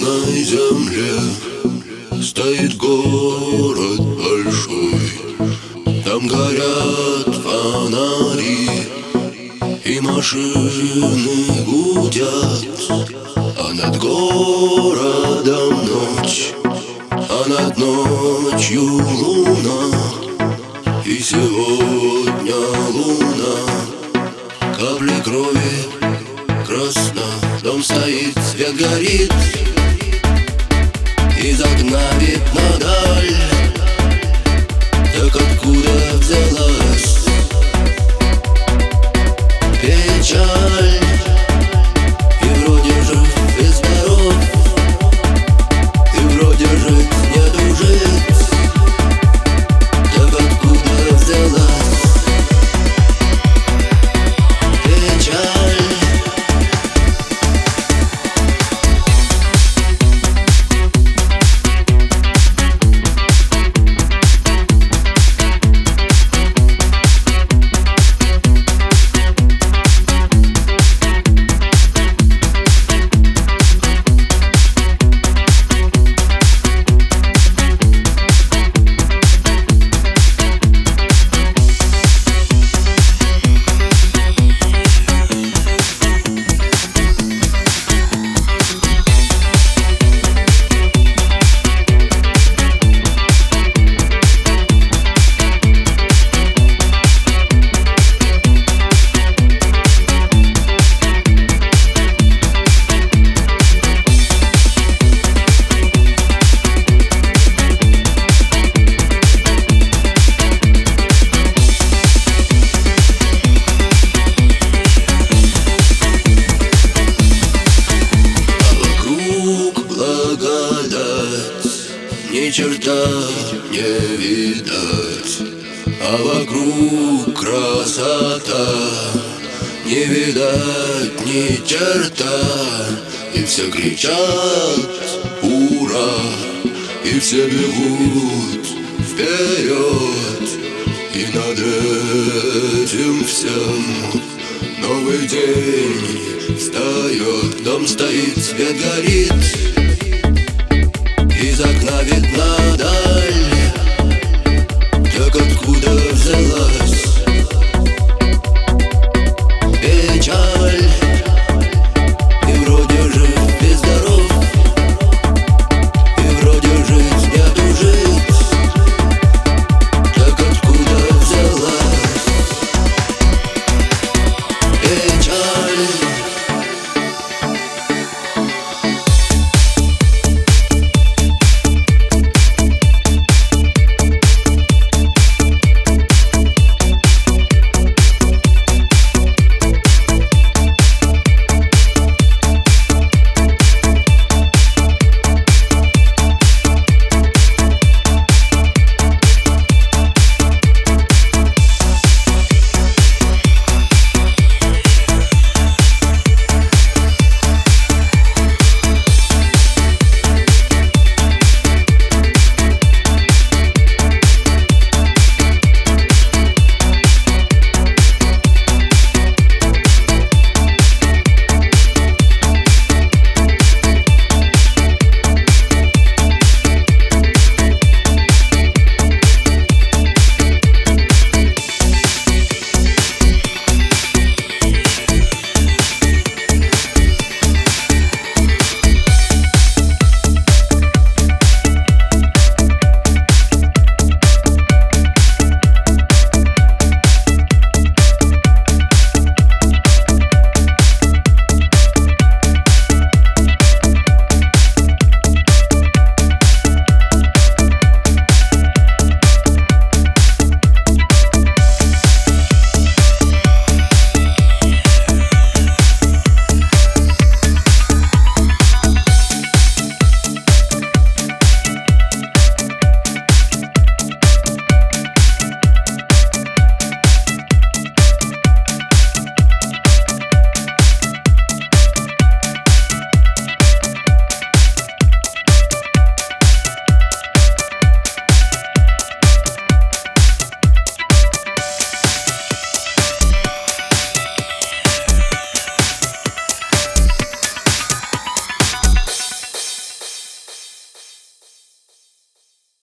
темной земле стоит город большой. Там горят фонари и машины гудят, а над городом ночь, а над ночью луна. И сегодня луна, капли крови красно. Дом стоит, свет горит, из окна видно даль. Так откуда взялась печаль? И вроде жив и здоров, и вроде жить не дужить. Так откуда взялась печаль? Ни черта не видать, а вокруг красота. Не видать ни черта, и все кричат ура, и все бегут вперед. И над этим всем новый день встает. Дом стоит, свет горит, из окна видно